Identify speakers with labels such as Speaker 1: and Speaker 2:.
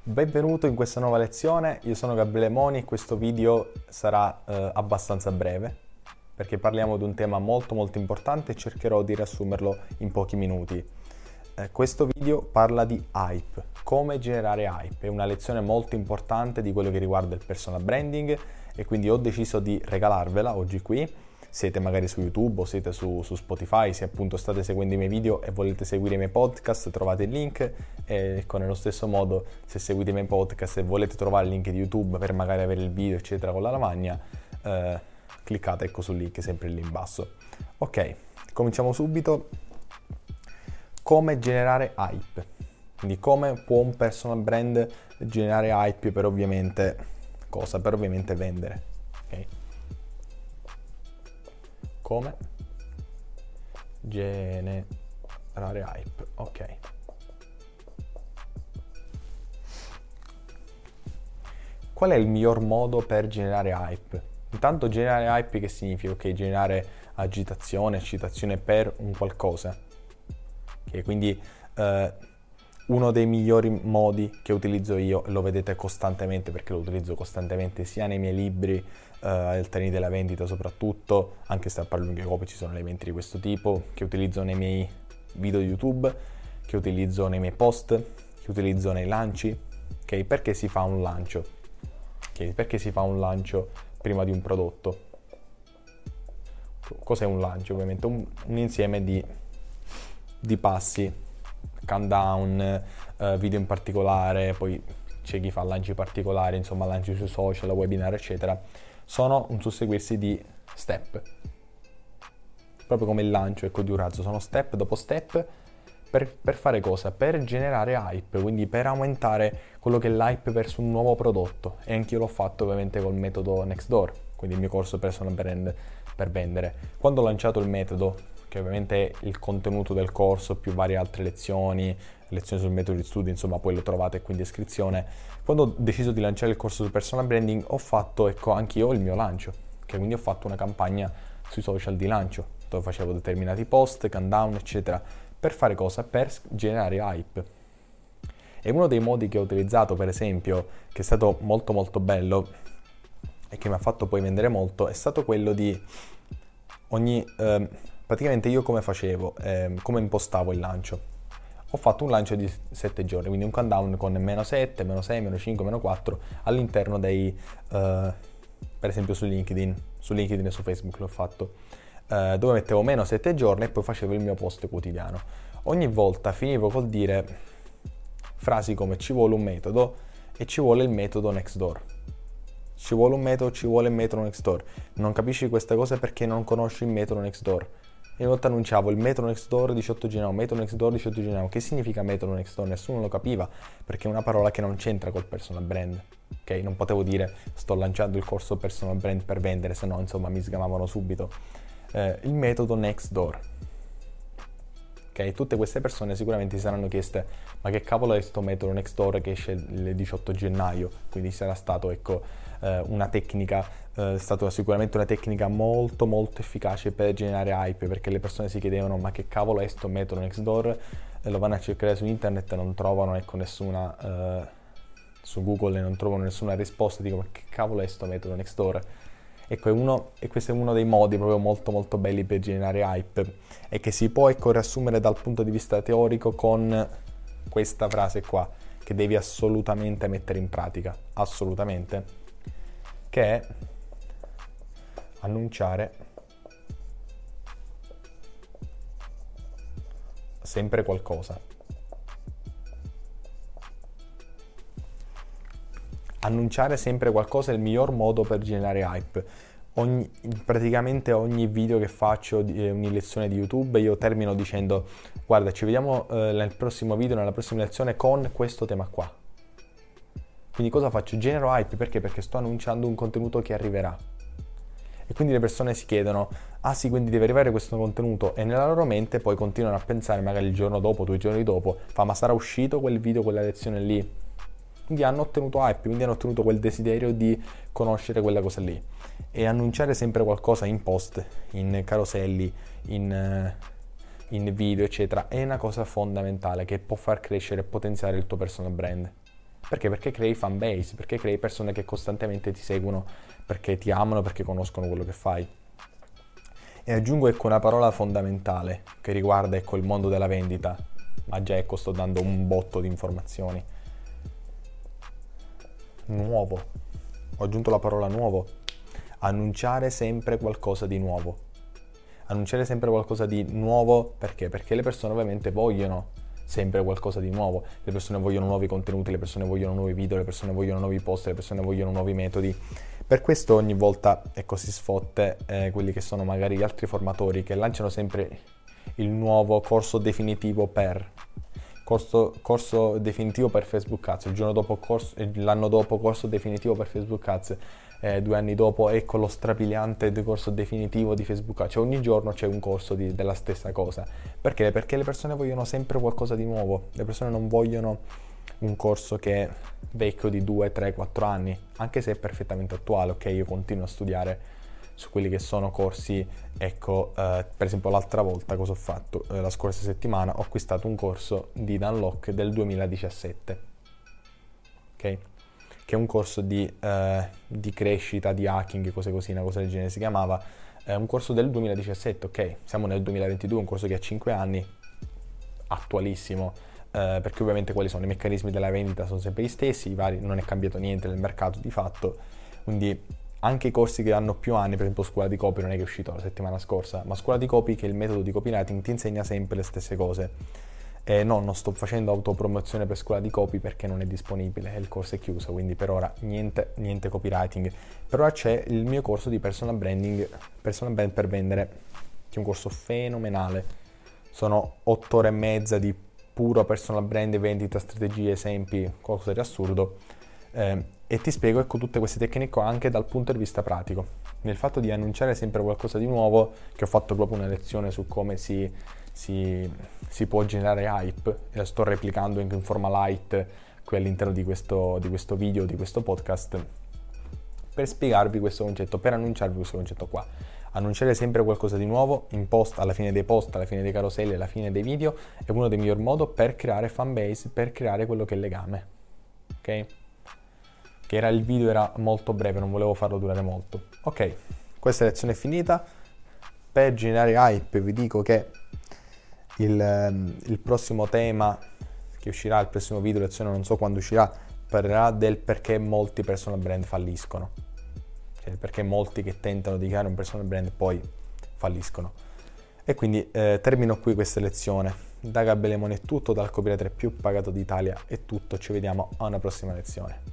Speaker 1: Benvenuto in questa nuova lezione, io sono Gabriele Moni e questo video sarà abbastanza breve perché parliamo di un tema molto importante e cercherò di riassumerlo in pochi minuti. Questo video parla di hype, come generare hype, è una lezione molto importante di quello che riguarda il personal branding e quindi ho deciso di regalarvela oggi qui. Siete magari su YouTube o siete su Spotify, se appunto state seguendo i miei video e volete seguire i miei podcast trovate il link e ecco, nello stesso modo se seguite i miei podcast e volete trovare il link di YouTube per magari avere il video eccetera con la lavagna cliccate ecco sul link sempre lì in basso. Ok, cominciamo subito. Come generare hype, quindi come può un personal brand generare hype per ovviamente cosa? Per ovviamente vendere, ok? Come generare hype, ok. Qual è il miglior modo per generare hype? Intanto generare hype che significa? Ok, generare agitazione, eccitazione per un qualcosa. Ok, quindi uno dei migliori modi che utilizzo io, e lo vedete costantemente perché lo utilizzo costantemente sia nei miei libri, Altari della vendita soprattutto, anche se a parlo lungo copie ci sono elementi di questo tipo, che utilizzo nei miei video YouTube, che utilizzo nei miei post, che utilizzo nei lanci, ok? Perché si fa un lancio? Okay? Perché si fa un lancio prima di un prodotto? Cos'è un lancio? Ovviamente un insieme di passi, countdown, video in particolare, poi c'è chi fa lanci particolari, insomma lanci sui social, webinar eccetera, sono un susseguirsi di step, proprio come il lancio ecco, di un razzo, sono step dopo step per fare cosa? Per generare hype, quindi per aumentare quello che è l'hype verso un nuovo prodotto, e anch'io l'ho fatto ovviamente col metodo Nextdoor, quindi il mio corso personal brand per vendere. Quando ho lanciato il metodo, che ovviamente è il contenuto del corso più varie altre lezioni sul metodo di studio, insomma poi lo trovate qui in descrizione. Quando ho deciso di lanciare il corso sul personal branding ho fatto ecco anch'io il mio lancio, che quindi ho fatto una campagna sui social di lancio dove facevo determinati post, countdown eccetera, per fare cosa? Per generare hype. E uno dei modi che ho utilizzato per esempio, che è stato molto bello e che mi ha fatto poi vendere molto, è stato quello di praticamente io come facevo, come impostavo il lancio. Ho fatto un lancio di 7 giorni, quindi un countdown con meno 7, meno 6, meno 5, meno 4 all'interno dei, per esempio su LinkedIn e su Facebook l'ho fatto, dove mettevo meno 7 giorni e poi facevo il mio post quotidiano. Ogni volta finivo col dire frasi come ci vuole un metodo e ci vuole il metodo Nextdoor. Ci vuole un metodo, ci vuole il metodo Nextdoor. Non capisci queste cose perché non conosci il metodo Nextdoor. E una volta annunciavo il metodo Nextdoor 18 gennaio, metodo Nextdoor 18 gennaio. Che significa metodo Nextdoor? Nessuno lo capiva perché è una parola che non c'entra col personal brand. Ok? Non potevo dire sto lanciando il corso personal brand per vendere, se no insomma mi sgamavano subito. Il metodo Nextdoor. Ok? Tutte queste persone sicuramente si saranno chieste ma che cavolo è questo metodo Nextdoor che esce il 18 gennaio? Quindi sarà stato ecco una tecnica, è stata sicuramente una tecnica molto efficace per generare hype, perché le persone si chiedevano ma che cavolo è sto metodo Nextdoor, lo vanno a cercare su internet e non trovano ecco nessuna su Google e non trovano nessuna risposta, dico ma che cavolo è sto metodo Nextdoor. Ecco, e questo è uno dei modi proprio molto belli per generare hype e che si può ecco riassumere dal punto di vista teorico con questa frase qua che devi assolutamente mettere in pratica, assolutamente, che è annunciare sempre qualcosa. Annunciare sempre qualcosa è il miglior modo per generare hype. Praticamente ogni video che faccio, ogni lezione di YouTube, io termino dicendo guarda ci vediamo nel prossimo video, nella prossima lezione con questo tema qua. Quindi cosa faccio? Genero hype perché? Perché sto annunciando un contenuto che arriverà. E quindi le persone si chiedono ah sì, quindi deve arrivare questo contenuto, e nella loro mente poi continuano a pensare magari il giorno dopo, 2 giorni dopo, ma sarà uscito quel video, quella lezione lì? Quindi hanno ottenuto hype, quindi hanno ottenuto quel desiderio di conoscere quella cosa lì. E annunciare sempre qualcosa in post, in caroselli, in video, eccetera, è una cosa fondamentale che può far crescere e potenziare il tuo personal brand. Perché? Perché crei fan base, perché crei persone che costantemente ti seguono, perché ti amano, perché conoscono quello che fai. E aggiungo ecco una parola fondamentale che riguarda ecco il mondo della vendita, ma già ecco sto dando un botto di informazioni. Nuovo. Ho aggiunto la parola nuovo. Annunciare sempre qualcosa di nuovo. Annunciare sempre qualcosa di nuovo perché? Perché le persone ovviamente vogliono sempre qualcosa di nuovo. Le persone vogliono nuovi contenuti, le persone vogliono nuovi video, le persone vogliono nuovi post, le persone vogliono nuovi metodi. Per questo ogni volta ecco si sfotte quelli che sono magari gli altri formatori che lanciano sempre il nuovo corso definitivo per corso definitivo per Facebook Ads, il giorno dopo l'anno dopo corso definitivo per Facebook Ads, 2 anni dopo ecco lo strabiliante corso definitivo di Facebook Ads, cioè ogni giorno c'è un corso della stessa cosa. Perché? Perché le persone vogliono sempre qualcosa di nuovo, le persone non vogliono un corso che è vecchio di 2, 3, 4 anni, anche se è perfettamente attuale, ok? Io continuo a studiare su quelli che sono corsi, ecco, per esempio l'altra volta cosa ho fatto? La scorsa settimana ho acquistato un corso di Dan Lok del 2017, ok? Che è un corso di crescita, di hacking, cose così, una cosa del genere si chiamava, un corso del 2017, ok? Siamo nel 2022, un corso che ha 5 anni, attualissimo, perché ovviamente quali sono i meccanismi della vendita sono sempre gli stessi, non è cambiato niente nel mercato di fatto, quindi anche i corsi che hanno più anni, per esempio Scuola di Copy non è che è uscito la settimana scorsa, ma Scuola di Copy, che è il metodo di copywriting, ti insegna sempre le stesse cose. No, non sto facendo autopromozione per Scuola di Copy perché non è disponibile, il corso è chiuso, quindi per ora niente copywriting. Per ora c'è il mio corso di personal brand per vendere, che è un corso fenomenale. Sono 8 ore e mezza di puro personal brand, vendita, strategie, esempi, qualcosa di assurdo. E ti spiego ecco tutte queste tecniche anche dal punto di vista pratico. Nel fatto di annunciare sempre qualcosa di nuovo, che ho fatto proprio una lezione su come si può generare hype, e la sto replicando in forma light qui all'interno di questo video, di questo podcast, per spiegarvi questo concetto, per annunciarvi questo concetto qua. Annunciare sempre qualcosa di nuovo in post, alla fine dei post, alla fine dei caroselli, alla fine dei video, è uno dei migliori modi per creare fanbase, per creare quello che è il legame, ok? Che il video era molto breve, non volevo farlo durare molto. Ok, questa lezione è finita. Per generare hype vi dico che il prossimo tema che uscirà, il prossimo video lezione, non so quando uscirà, parlerà del perché molti personal brand falliscono. Cioè perché molti che tentano di creare un personal brand poi falliscono. E quindi termino qui questa lezione. Da Gabriele Lemone è tutto, dal copywriter più pagato d'Italia è tutto, ci vediamo a una prossima lezione.